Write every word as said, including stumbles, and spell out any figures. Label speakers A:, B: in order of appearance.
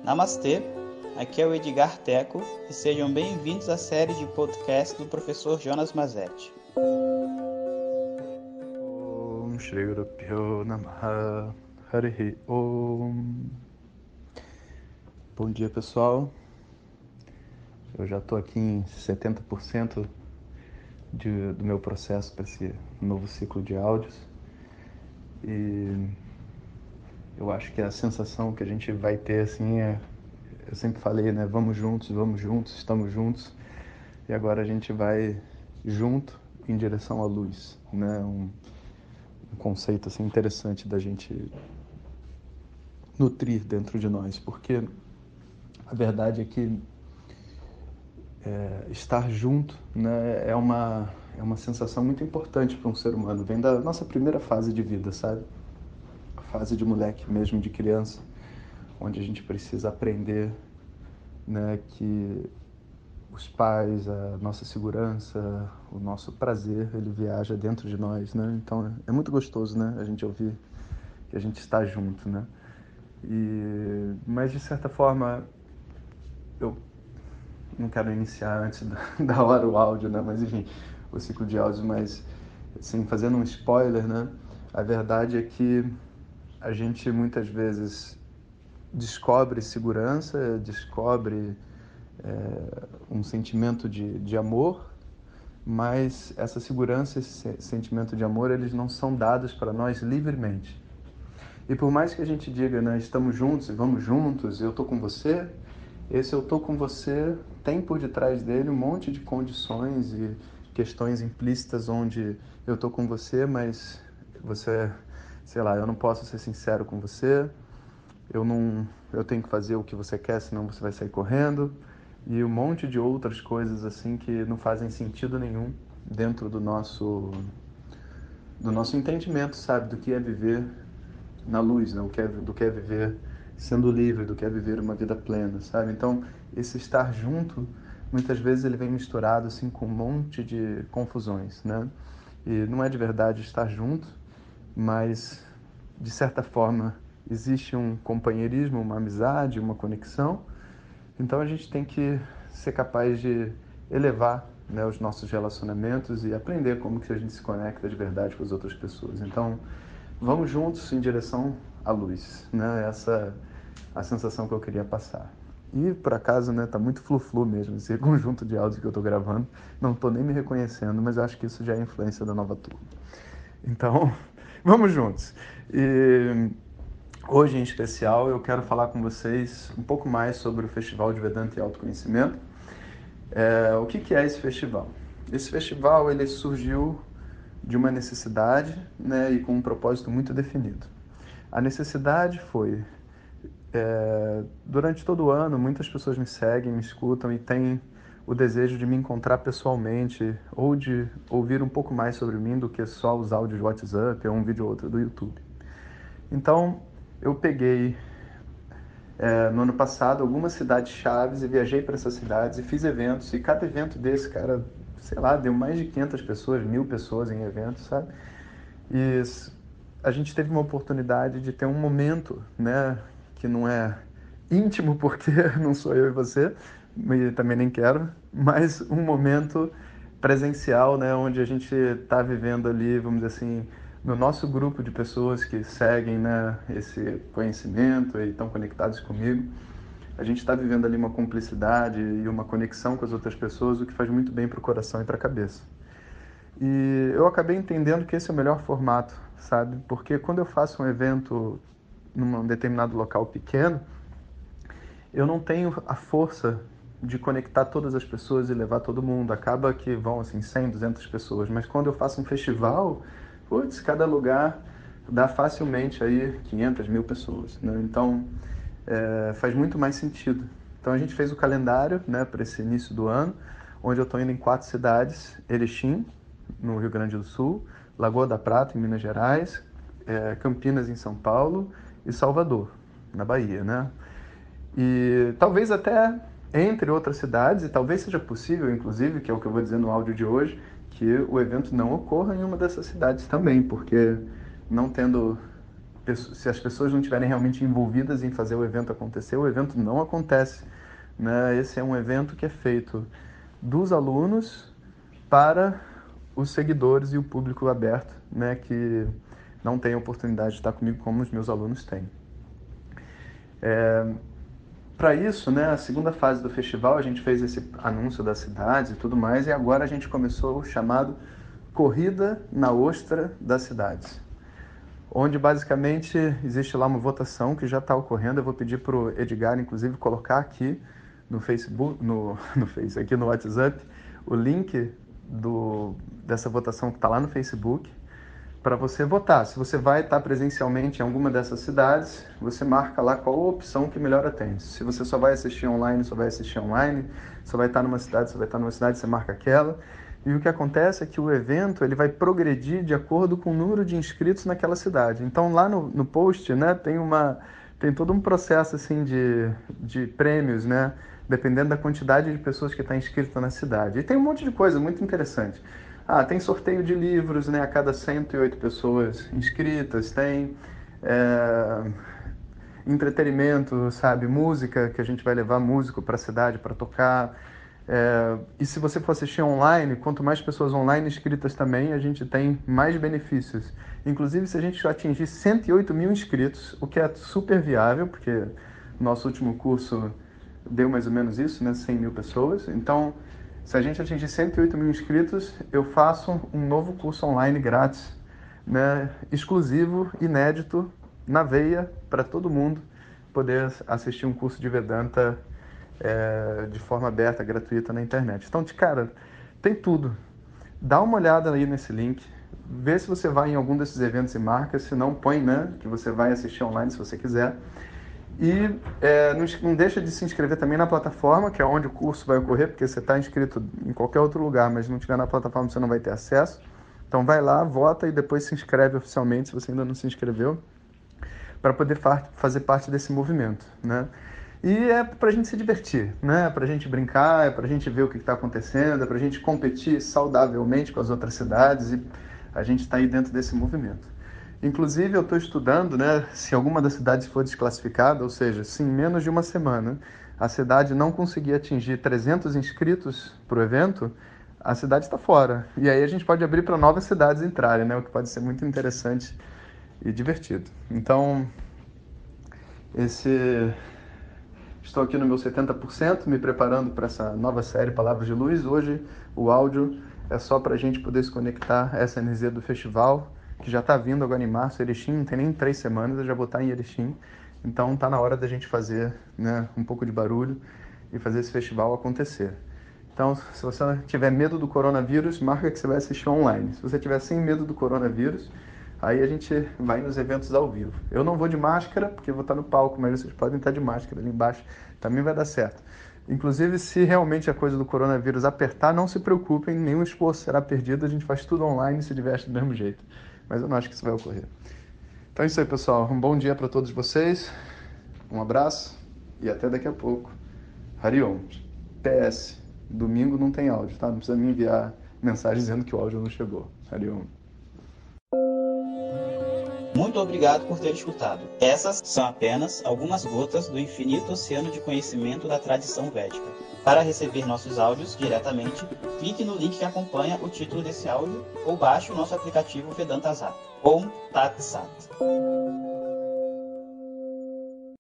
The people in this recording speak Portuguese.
A: Namastê, aqui é o Edgar Teco e sejam bem-vindos à série de podcast do professor Jonas Mazetti.
B: Om Shri Guru Pyo Namaha Harihi Om. Bom dia, pessoal. Eu já estou aqui em setenta por cento de, do meu processo para esse novo ciclo de áudios. E eu acho que a sensação que a gente vai ter, assim, é... Eu sempre falei, né? Vamos juntos, vamos juntos, estamos juntos. E agora a gente vai junto em direção à luz, né? Um, um conceito, assim, interessante da gente nutrir dentro de nós, porque a verdade é que é, estar junto, né, é uma, é uma sensação muito importante para um ser humano. Vem da nossa primeira fase de vida, sabe? A fase de moleque mesmo, de criança, onde a gente precisa aprender, né, que os pais, a nossa segurança, o nosso prazer, ele viaja dentro de nós, né? Então é muito gostoso, né, a gente ouvir que a gente está junto, né? E, mas de certa forma, eu não quero iniciar antes da, da hora o áudio, né? Mas enfim, o ciclo de áudios, mas assim, fazendo um spoiler, né? A verdade é que a gente muitas vezes descobre segurança, descobre é, um sentimento de, de amor, mas essa segurança, esse sentimento de amor, eles não são dados para nós livremente. E por mais que a gente diga, né, estamos juntos e vamos juntos, eu estou com você, esse eu estou com você tem por detrás dele um monte de condições e questões implícitas onde eu estou com você, mas você, sei lá, eu não posso ser sincero com você, eu não, eu tenho que fazer o que você quer, senão você vai sair correndo, e um monte de outras coisas assim que não fazem sentido nenhum dentro do nosso, do nosso entendimento, sabe, do que é viver na luz, né? do, que é, do que é viver sendo livre, do que é viver uma vida plena, sabe? Então, esse estar junto, muitas vezes ele vem misturado assim com um monte de confusões, né? E não é de verdade estar junto, mas de certa forma existe um companheirismo, uma amizade, uma conexão. Então a gente tem que ser capaz de elevar, né, os nossos relacionamentos e aprender como que a gente se conecta de verdade com as outras pessoas. Então, vamos juntos em direção à luz, né? Essa é a sensação que eu queria passar. E, por acaso, né, tá muito flu-flu mesmo, esse conjunto de áudios que eu tô gravando. Não tô nem me reconhecendo, mas eu acho que isso já é influência da nova turma. Então, vamos juntos. E hoje, em especial, eu quero falar com vocês um pouco mais sobre o Festival de Vedanta e Autoconhecimento. É, o que, que é esse festival? Esse festival, ele surgiu de uma necessidade, né, e com um propósito muito definido. A necessidade foi, é, durante todo o ano, muitas pessoas me seguem, me escutam e têm o desejo de me encontrar pessoalmente ou de ouvir um pouco mais sobre mim do que só os áudios de WhatsApp ou um vídeo ou outro do YouTube. Então, eu peguei, é, no ano passado, algumas cidades chaves e viajei para essas cidades e fiz eventos. E cada evento desse, cara, sei lá, deu mais de quinhentas pessoas, mil pessoas em eventos, sabe? E a gente teve uma oportunidade de ter um momento, né, que não é íntimo porque não sou eu e você, e também nem quero, mas um momento presencial, né, onde a gente está vivendo ali, vamos dizer assim, no nosso grupo de pessoas que seguem, né, esse conhecimento e estão conectados comigo. A gente está vivendo ali uma cumplicidade e uma conexão com as outras pessoas, o que faz muito bem para o coração e para a cabeça. E eu acabei entendendo que esse é o melhor formato, sabe? Porque quando eu faço um evento num determinado local pequeno, eu não tenho a força de conectar todas as pessoas e levar todo mundo. Acaba que vão, assim, cem, duzentas pessoas. Mas quando eu faço um festival, putz, cada lugar dá facilmente aí quinhentas, mil pessoas, né? Então, é, faz muito mais sentido. Então, a gente fez o calendário, né, para esse início do ano, onde eu estou indo em quatro cidades: Erechim, no Rio Grande do Sul, Lagoa da Prata, em Minas Gerais, é, Campinas, em São Paulo, e Salvador, na Bahia, né? E talvez até entre outras cidades, e talvez seja possível, inclusive, que é o que eu vou dizer no áudio de hoje, que o evento não ocorra em uma dessas cidades também, porque não tendo se as pessoas não estiverem realmente envolvidas em fazer o evento acontecer, o evento não acontece, né? Esse é um evento que é feito dos alunos para os seguidores e o público aberto, né, que não tem a oportunidade de estar comigo como os meus alunos têm. É, para isso, né, a segunda fase do festival, a gente fez esse anúncio das cidades e tudo mais, e agora a gente começou o chamado Corrida na Ostra das Cidades, onde basicamente existe lá uma votação que já está ocorrendo. Eu vou pedir para o Edgar, inclusive, colocar aqui no Facebook, no, no Face, aqui no WhatsApp, o link do, dessa votação que está lá no Facebook, para você votar. Se você vai estar presencialmente em alguma dessas cidades, você marca lá qual a opção que melhor atende. Se você só vai assistir online, só vai assistir online. Se vai estar numa cidade, só vai estar numa cidade, você marca aquela. E o que acontece é que o evento ele vai progredir de acordo com o número de inscritos naquela cidade. Então lá no, no post, né, tem, uma, tem todo um processo assim, de, de prêmios, né, dependendo da quantidade de pessoas que está inscrita na cidade. E tem um monte de coisa muito interessante. Ah, tem sorteio de livros, né, a cada cento e oito pessoas inscritas, tem é, entretenimento, sabe, música, que a gente vai levar músico para a cidade para tocar. É, e se você for assistir online, quanto mais pessoas online inscritas também, a gente tem mais benefícios. Inclusive, se a gente atingir cento e oito mil inscritos, o que é super viável, porque nosso último curso deu mais ou menos isso, né, cem mil pessoas. Então, se a gente atingir cento e oito mil inscritos, eu faço um novo curso online grátis, né, exclusivo, inédito, na veia, para todo mundo poder assistir um curso de Vedanta é, de forma aberta, gratuita na internet. Então, cara, tem tudo. Dá uma olhada aí nesse link, vê se você vai em algum desses eventos e marca, se não, põe, né, que você vai assistir online se você quiser. E é, não, não deixa de se inscrever também na plataforma, que é onde o curso vai ocorrer, porque você está inscrito em qualquer outro lugar, mas não estiver na plataforma você não vai ter acesso. Então vai lá, vota e depois se inscreve oficialmente, se você ainda não se inscreveu, para poder fazer parte desse movimento, né? E é para a gente se divertir, né? É para a gente brincar, é para a gente ver o que está acontecendo, é para a gente competir saudavelmente com as outras cidades, e a gente está aí dentro desse movimento. Inclusive, eu estou estudando, né, se alguma das cidades for desclassificada, ou seja, se em menos de uma semana a cidade não conseguir atingir trezentos inscritos para o evento, a cidade está fora. E aí a gente pode abrir para novas cidades entrarem, né, o que pode ser muito interessante e divertido. Então, esse... estou aqui no meu setenta por cento, me preparando para essa nova série Palavras de Luz. Hoje o áudio é só para a gente poder se conectar a essa energia do festival, que já está vindo agora em março. Erechim não tem nem três semanas, eu já vou estar em Erechim. Então está na hora da gente fazer, né, um pouco de barulho e fazer esse festival acontecer. Então, se você tiver medo do coronavírus, marca que você vai assistir online. Se você tiver sem medo do coronavírus, aí a gente vai nos eventos ao vivo. Eu não vou de máscara, porque eu vou estar no palco, mas vocês podem estar de máscara ali embaixo. Também vai dar certo. Inclusive, se realmente a coisa do coronavírus apertar, não se preocupem, nenhum esforço será perdido, a gente faz tudo online e se diverte do mesmo jeito. Mas eu não acho que isso vai ocorrer. Então é isso aí, pessoal. Um bom dia para todos vocês. Um abraço e até daqui a pouco. Hariom. P S. Domingo não tem áudio, tá? Não precisa me enviar mensagem dizendo que o áudio não chegou. Hariom.
A: Muito obrigado por ter escutado. Essas são apenas algumas gotas do infinito oceano de conhecimento da tradição védica. Para receber nossos áudios diretamente, clique no link que acompanha o título desse áudio ou baixe o nosso aplicativo Vedanta Zat. Om Tat Sat.